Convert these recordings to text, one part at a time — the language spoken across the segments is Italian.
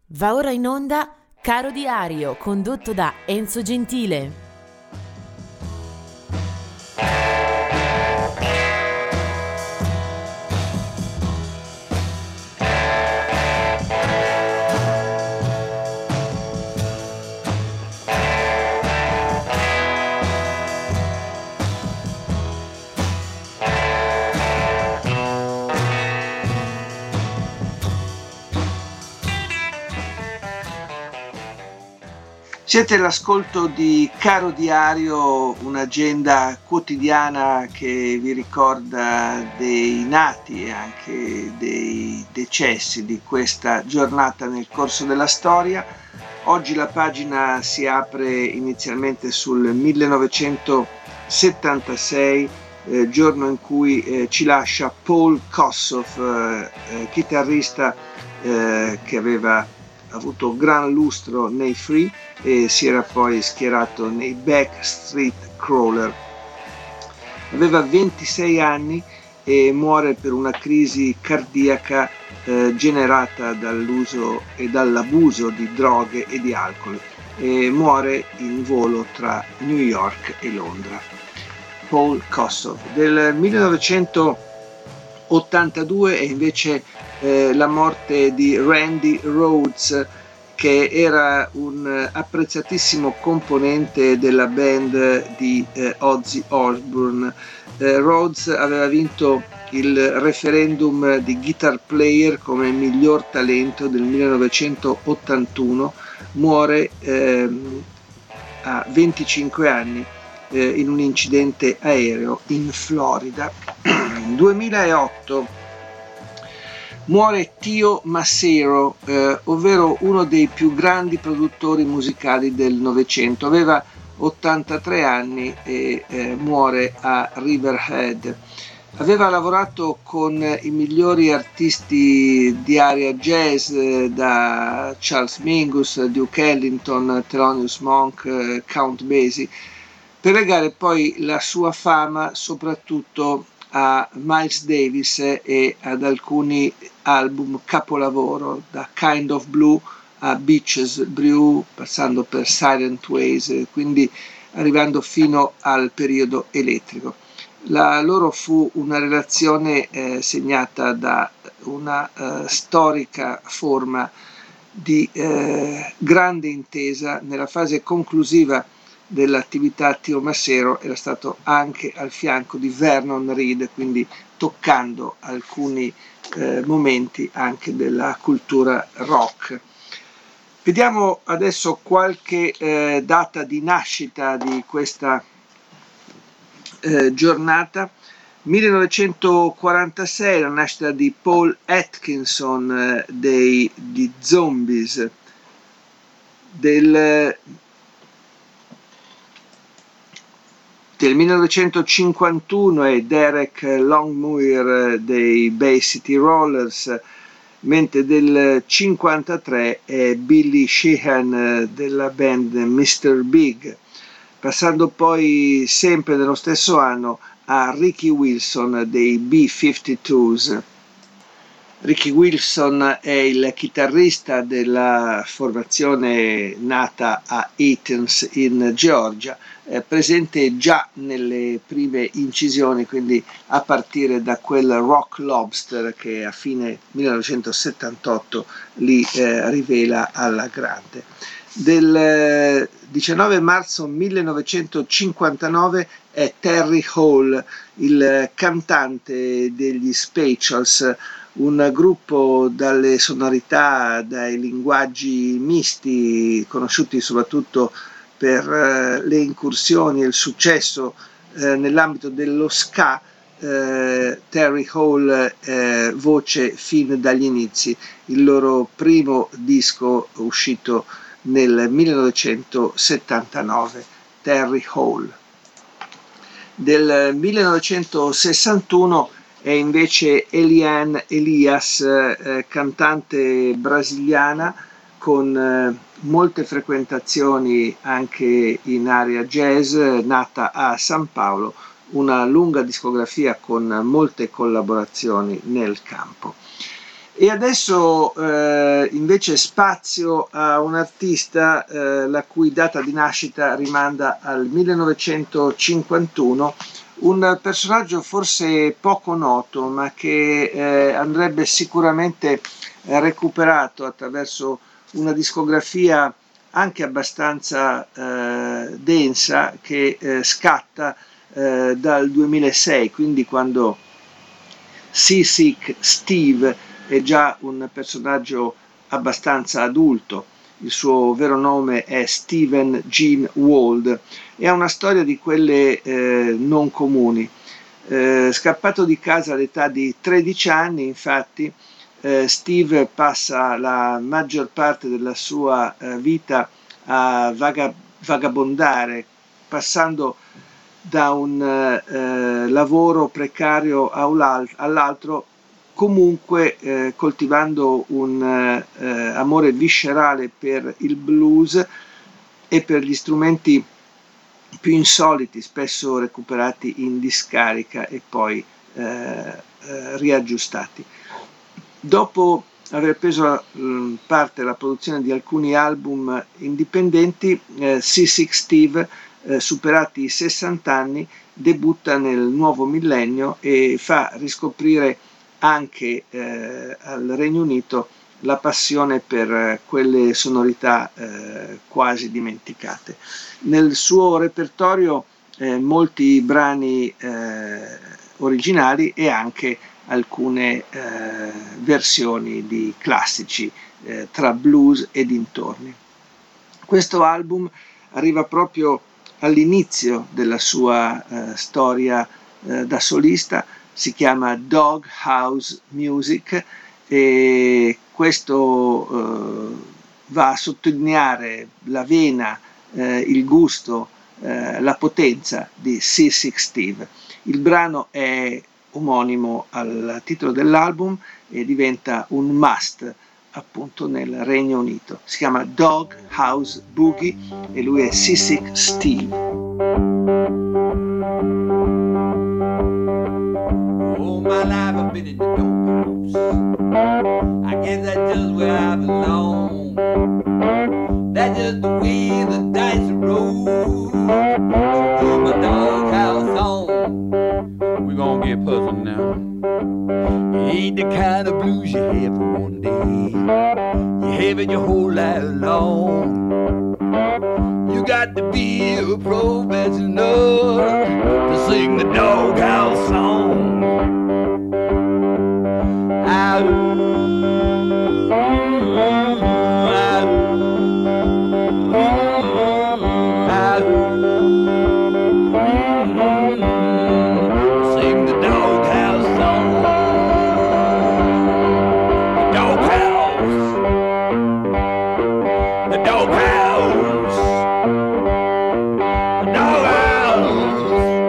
Va ora in onda Caro Diario, condotto da Enzo Gentile. Siete all'ascolto di Caro Diario, un'agenda quotidiana che vi ricorda dei nati e anche dei decessi di questa giornata nel corso della storia. Oggi la pagina si apre inizialmente sul 1976, giorno in cui ci lascia Paul Kossoff, chitarrista che aveva avuto gran lustro nei Free e si era poi schierato nei Backstreet Crawler. Aveva 26 anni e muore per una crisi cardiaca generata dall'uso e dall'abuso di droghe e di alcol, e muore in volo tra New York e Londra. Paul Kossoff. Del 1982 è invece la morte di Randy Rhoads, che era un apprezzatissimo componente della band di Ozzy Osbourne. Rhoads aveva vinto il referendum di Guitar Player come miglior talento del 1981, muore a 25 anni in un incidente aereo in Florida. 2008 muore Tio Macero, ovvero uno dei più grandi produttori musicali del Novecento. Aveva 83 anni e muore a Riverhead. Aveva lavorato con i migliori artisti di area jazz, da Charles Mingus, Duke Ellington, Thelonious Monk, Count Basie, per legare poi la sua fama soprattutto a Miles Davis e ad alcuni album capolavoro, da Kind of Blue a Beaches Brew, passando per Silent Ways, quindi arrivando fino al periodo elettrico. La loro fu una relazione segnata da una storica forma di grande intesa. Nella fase conclusiva dell'attività Tio Macero era stato anche al fianco di Vernon Reid, quindi toccando alcuni momenti anche della cultura rock. Vediamo adesso qualche data di nascita di questa giornata. 1946, la nascita di Paul Atkinson di Zombies. Del 1951 è Derek Longmuir dei Bay City Rollers, mentre del 1953 è Billy Sheehan della band Mr. Big, passando poi sempre nello stesso anno a Ricky Wilson dei B-52s. Ricky Wilson è il chitarrista della formazione nata a Athens in Georgia, presente già nelle prime incisioni, quindi a partire da quel Rock Lobster che a fine 1978 li rivela alla grande. Del 19 marzo 1959 è Terry Hall, il cantante degli Spatials, un gruppo dalle sonorità, dai linguaggi misti, conosciuti soprattutto per le incursioni e il successo nell'ambito dello ska. Terry Hall, voce fin dagli inizi. Il loro primo disco uscito nel 1979, Terry Hall. Del 1961 è invece Eliane Elias, cantante brasiliana con molte frequentazioni anche in area jazz, nata a San Paolo, una lunga discografia con molte collaborazioni nel campo. E adesso invece spazio a un artista la cui data di nascita rimanda al 1951, un personaggio forse poco noto, ma che andrebbe sicuramente recuperato attraverso una discografia anche abbastanza densa che scatta dal 2006, quindi quando Seasick Steve è già un personaggio abbastanza adulto. Il suo vero nome è Stephen Gene Wald e ha una storia di quelle non comuni. Scappato di casa all'età di 13 anni, infatti, Steve passa la maggior parte della sua vita a vagabondare, passando da un lavoro precario all'altro, comunque coltivando un amore viscerale per il blues e per gli strumenti più insoliti, spesso recuperati in discarica e poi riaggiustati. Dopo aver preso parte alla produzione di alcuni album indipendenti, Seasick Steve, superati i 60 anni, debutta nel nuovo millennio e fa riscoprire anche al Regno Unito la passione per quelle sonorità quasi dimenticate. Nel suo repertorio molti brani originali e anche alcune versioni di classici tra blues e dintorni. Questo album arriva proprio all'inizio della sua storia da solista, si chiama Doghouse Music e questo va a sottolineare la vena, il gusto, la potenza di Seasick Steve. Il brano è omonimo al titolo dell'album e diventa un must appunto nel Regno Unito. Si chiama Doghouse Boogie e lui è Seasick Steve. All my life I've been in the doghouse. I guess that's just where I belong. That's just the way the dice roll. So put my doghouse on. We're gonna get puzzled now. It ain't the kind of blues you have for one day. You have it your whole life long. You got to be a professional to sing the doghouse song. Sing the doghouse song. The doghouse. The doghouse.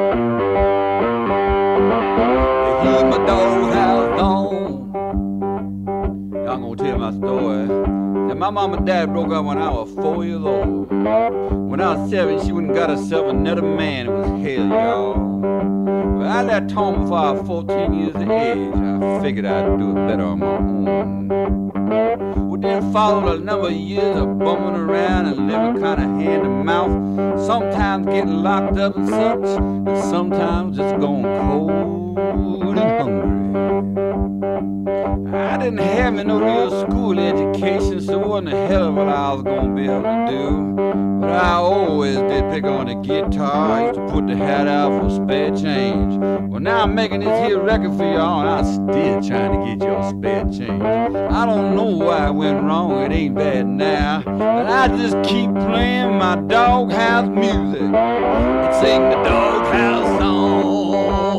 Keep my doghouse on. I'm gonna tell my story. Now, my mom and dad broke up when I was 4 years old. When I was 7, she went and got herself another man. It was hell, y'all. But I left home before I was 14 years of age. I figured I'd do it better on my own. Well, then followed a number of years of bumming around and living kind of hand to mouth. Sometimes getting locked up and such, and sometimes just going cold and hungry. I didn't have me no real school education, so it wasn't a hell of what I was gonna be able to do. But I always did pick on the guitar. I used to put the hat out for spare change. Well, now I'm making this here record for y'all, and I'm still trying to get y'all spare change. I don't know why it went wrong, it ain't bad now, but I just keep playing my doghouse music and sing the doghouse song.